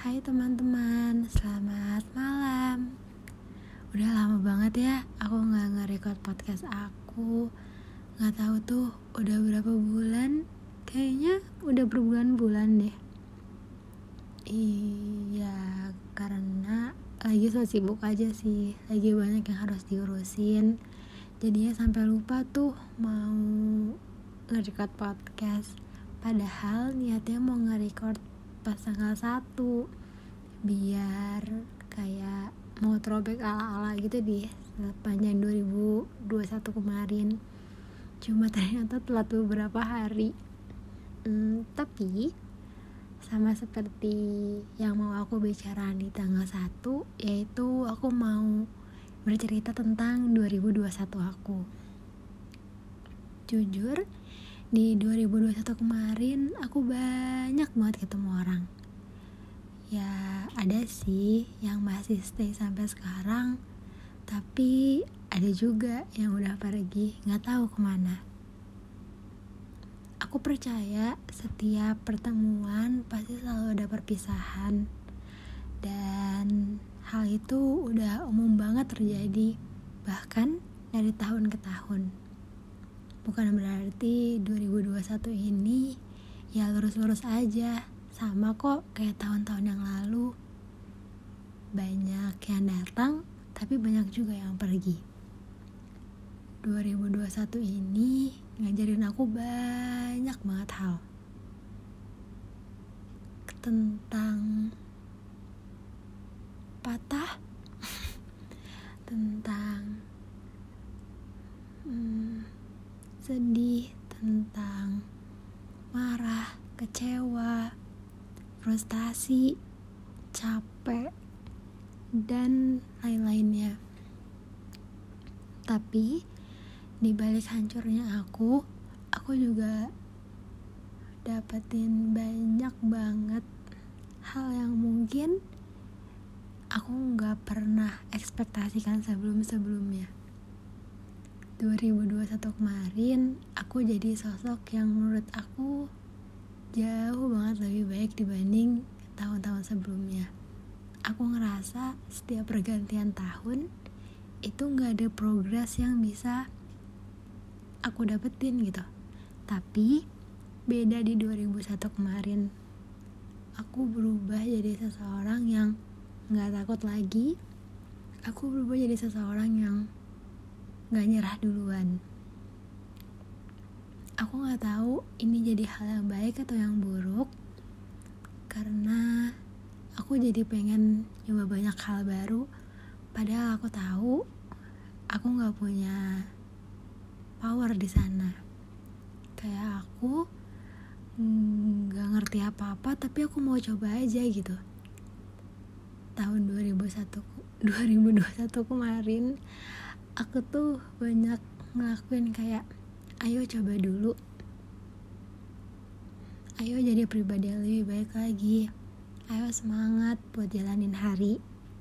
Hai teman-teman, selamat malam. Udah lama banget ya aku gak nge-record podcast aku. Gak tahu tuh udah berapa bulan. Kayaknya udah berbulan-bulan deh. Iya, karena lagi so sibuk aja sih. Lagi banyak yang harus diurusin. Jadinya sampai lupa tuh mau nge-record podcast. Padahal niatnya mau nge-record pas tanggal 1 biar kayak mau throwback ala-ala gitu di sepanjang 2021 kemarin. Cuma ternyata telat beberapa hari. Tapi sama seperti yang mau aku bicara di tanggal 1, yaitu aku mau bercerita tentang 2021 aku. Jujur, di 2021 kemarin aku banyak banget ketemu orang. Ya ada sih yang masih stay sampai sekarang, tapi ada juga yang udah pergi gak tahu kemana. Aku percaya setiap pertemuan pasti selalu ada perpisahan, dan hal itu udah umum banget terjadi, bahkan dari tahun ke tahun. Bukan berarti 2021 ini ya lurus-lurus aja, sama kok kayak tahun-tahun yang lalu. Banyak yang datang, tapi banyak juga yang pergi. 2021 ini ngajarin aku banyak banget hal. Tentang patah, tentang sedih, tentang marah, kecewa, frustasi, capek, dan lain-lainnya. Tapi di balik hancurnya aku juga dapetin banyak banget hal yang mungkin aku gak pernah ekspektasikan sebelum-sebelumnya. 2021 kemarin aku jadi sosok yang menurut aku jauh banget lebih baik dibanding tahun-tahun sebelumnya. Aku ngerasa setiap pergantian tahun itu gak ada progres yang bisa aku dapetin gitu. Tapi beda di 2001 kemarin, aku berubah jadi seseorang yang gak takut lagi. Aku berubah jadi seseorang yang gak nyerah duluan. Aku gak tahu ini jadi hal yang baik atau yang buruk, karena aku jadi pengen nyoba banyak hal baru. Padahal aku tahu aku gak punya power di sana. Kayak aku gak ngerti apa-apa, tapi aku mau coba aja gitu. Tahun 2021 kemarin aku tuh banyak ngelakuin kayak ayo coba dulu, ayo jadi pribadi yang lebih baik lagi, ayo semangat buat jalanin hari.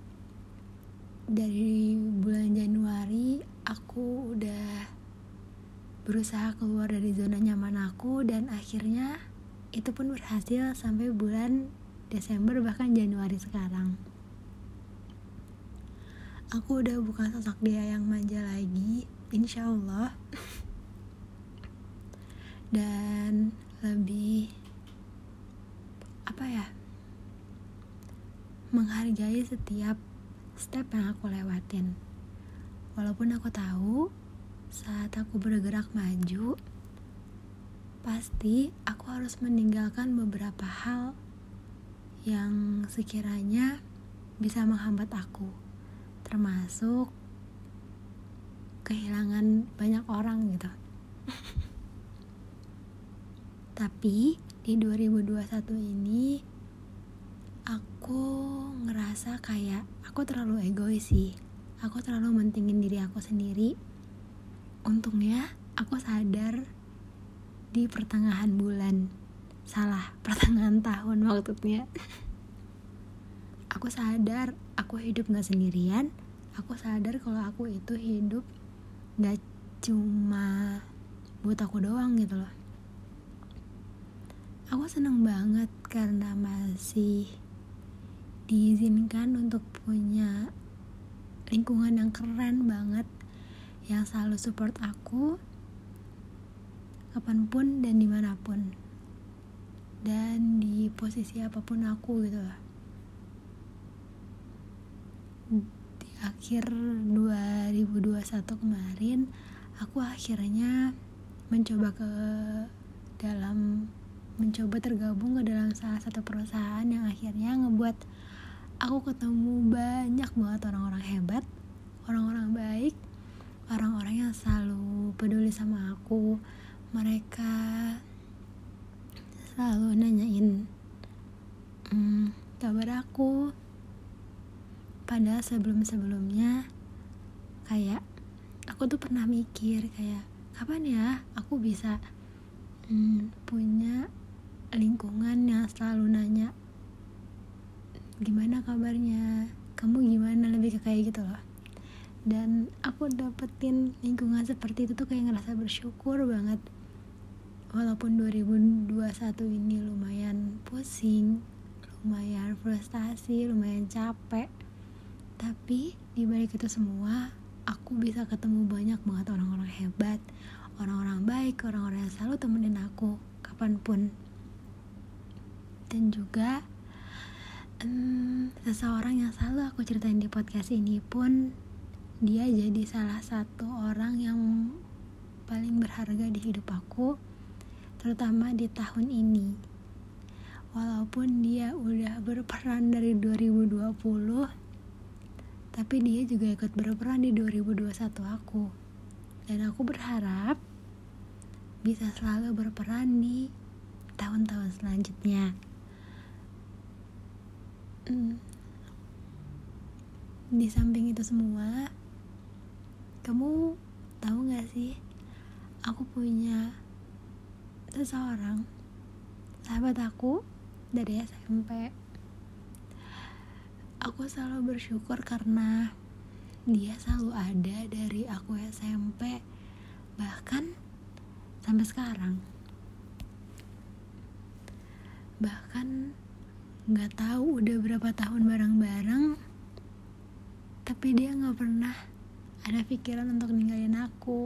Dari bulan Januari aku udah berusaha keluar dari zona nyaman aku, dan akhirnya itu pun berhasil sampai bulan Desember bahkan Januari sekarang. Aku udah bukan sosok dia yang manja lagi, insya Allah. Dan lebih menghargai setiap step yang aku lewatin. Walaupun aku tahu saat aku bergerak maju, pasti aku harus meninggalkan beberapa hal yang sekiranya bisa menghambat aku, termasuk kehilangan banyak orang gitu. Tapi di 2021 ini aku ngerasa kayak aku terlalu egois sih. Aku terlalu mentingin diri aku sendiri. Untungnya aku sadar di pertengahan tahun maksudnya. Aku sadar aku hidup gak sendirian. Aku sadar kalau aku itu hidup gak cuma buat aku doang gitu loh. Aku seneng banget karena masih diizinkan untuk punya lingkungan yang keren banget, yang selalu support aku kapanpun dan dimanapun, dan di posisi apapun aku gitu lah. Di akhir 2021 kemarin, aku akhirnya mencoba tergabung ke dalam salah satu perusahaan yang akhirnya ngebuat aku ketemu banyak banget orang-orang hebat, orang-orang baik, orang-orang yang selalu peduli sama aku. Mereka selalu nanyain kabar aku, padahal sebelum-sebelumnya kayak aku tuh pernah mikir kayak kapan ya aku bisa punya lingkungan yang selalu nanya gimana kabarnya, kamu gimana, lebih ke kayak gitu loh. Dan aku dapetin lingkungan seperti itu tuh kayak ngerasa bersyukur banget. Walaupun 2021 ini lumayan pusing, lumayan frustasi, lumayan capek, tapi dibalik itu semua aku bisa ketemu banyak banget orang-orang hebat, orang-orang baik, orang-orang yang selalu temenin aku kapanpun. Dan juga seseorang yang selalu aku ceritain di podcast ini pun dia jadi salah satu orang yang paling berharga di hidup aku, terutama di tahun ini. Walaupun dia udah berperan dari 2020, tapi dia juga ikut berperan di 2021 aku. Dan aku berharap bisa selalu berperan di tahun-tahun selanjutnya. Di samping itu semua, kamu tahu gak sih, aku punya seseorang, sahabat aku dari SMP. Aku selalu bersyukur karena dia selalu ada dari aku SMP, bahkan sampai sekarang. Bahkan gak tahu udah berapa tahun bareng-bareng, tapi dia gak pernah ada pikiran untuk ninggalin aku.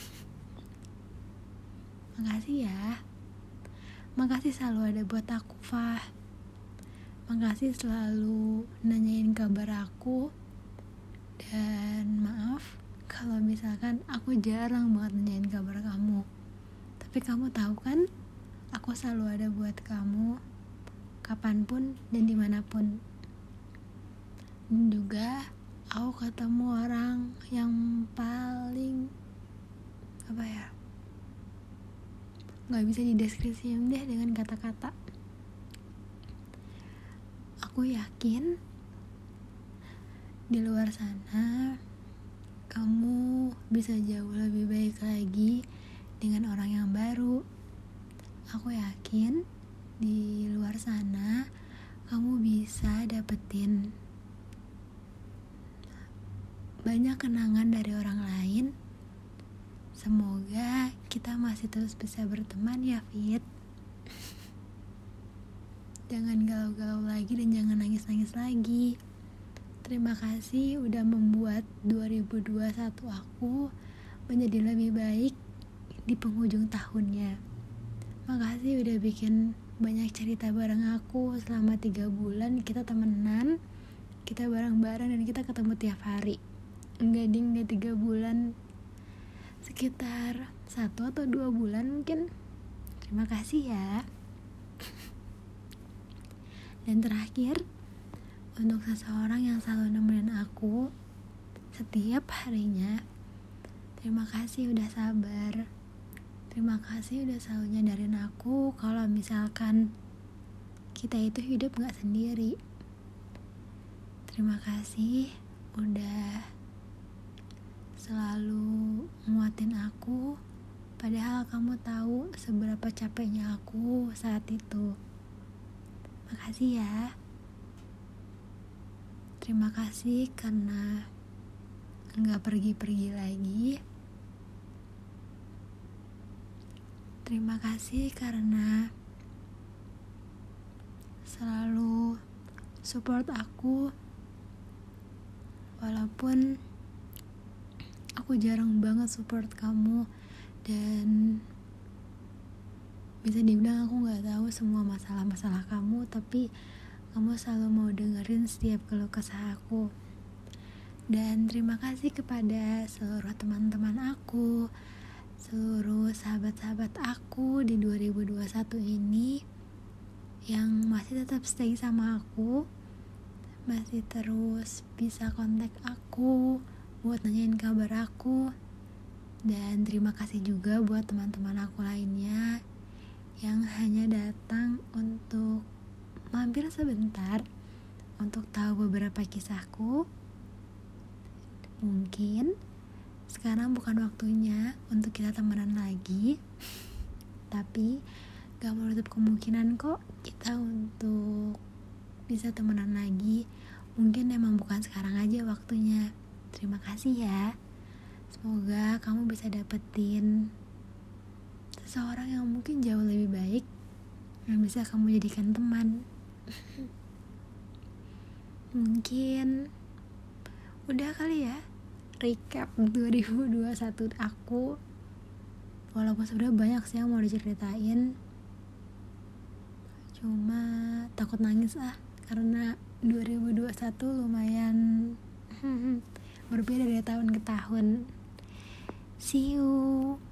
Makasih ya. Makasih selalu ada buat aku, Fah. Makasih selalu nanyain kabar aku. Dan maaf kalau misalkan aku jarang banget nanyain kabar kamu. Tapi kamu tahu kan, aku selalu ada buat kamu kapanpun dan dimanapun. Dan juga aku ketemu orang yang paling gak bisa dideskripsikan deh dengan kata-kata. Aku yakin di luar sana kamu bisa jauh lebih baik lagi dengan orang yang baru. Aku yakin di luar sana kamu bisa dapetin banyak kenangan dari orang lain. Semoga kita masih terus bisa berteman ya, Fit. Jangan galau-galau lagi dan jangan nangis-nangis lagi. Terima kasih udah membuat 2021 aku menjadi lebih baik di penghujung tahunnya. Makasih udah bikin banyak cerita bareng aku selama 3 bulan. Kita temenan, kita bareng-bareng, dan kita ketemu tiap hari. Enggak 3 bulan, sekitar 1 atau 2 bulan mungkin. Terima kasih ya. Dan terakhir, untuk seseorang yang selalu nemenin aku setiap harinya, terima kasih udah sabar. Terima kasih udah selalu nyadarin aku kalau misalkan kita itu hidup gak sendiri. Terima kasih udah selalu nguatin aku, padahal kamu tahu seberapa capeknya aku saat itu. Makasih ya. Terima kasih karena gak pergi-pergi lagi. Terima kasih karena selalu support aku, walaupun aku jarang banget support kamu, dan bisa dibilang aku gak tahu semua masalah-masalah kamu, tapi kamu selalu mau dengerin setiap keluh kesah aku. Dan terima kasih kepada seluruh teman-teman aku, seluruh sahabat-sahabat aku di 2021 ini yang masih tetap stay sama aku, masih terus bisa kontak aku buat nanyain kabar aku. Dan terima kasih juga buat teman-teman aku lainnya yang hanya datang untuk mampir sebentar untuk tahu beberapa kisahku. Mungkin sekarang bukan waktunya untuk kita temenan lagi, tapi gak menutup kemungkinan kok kita untuk bisa temenan lagi. Mungkin emang bukan sekarang aja waktunya. Terima kasih ya. Semoga kamu bisa dapetin seseorang yang mungkin jauh lebih baik, yang bisa kamu jadikan teman. Mungkin udah kali ya recap 2021 aku. Walaupun sebenarnya banyak sih yang mau diceritain, cuma takut nangis karena 2021 lumayan berbeda dari tahun ke tahun. See you.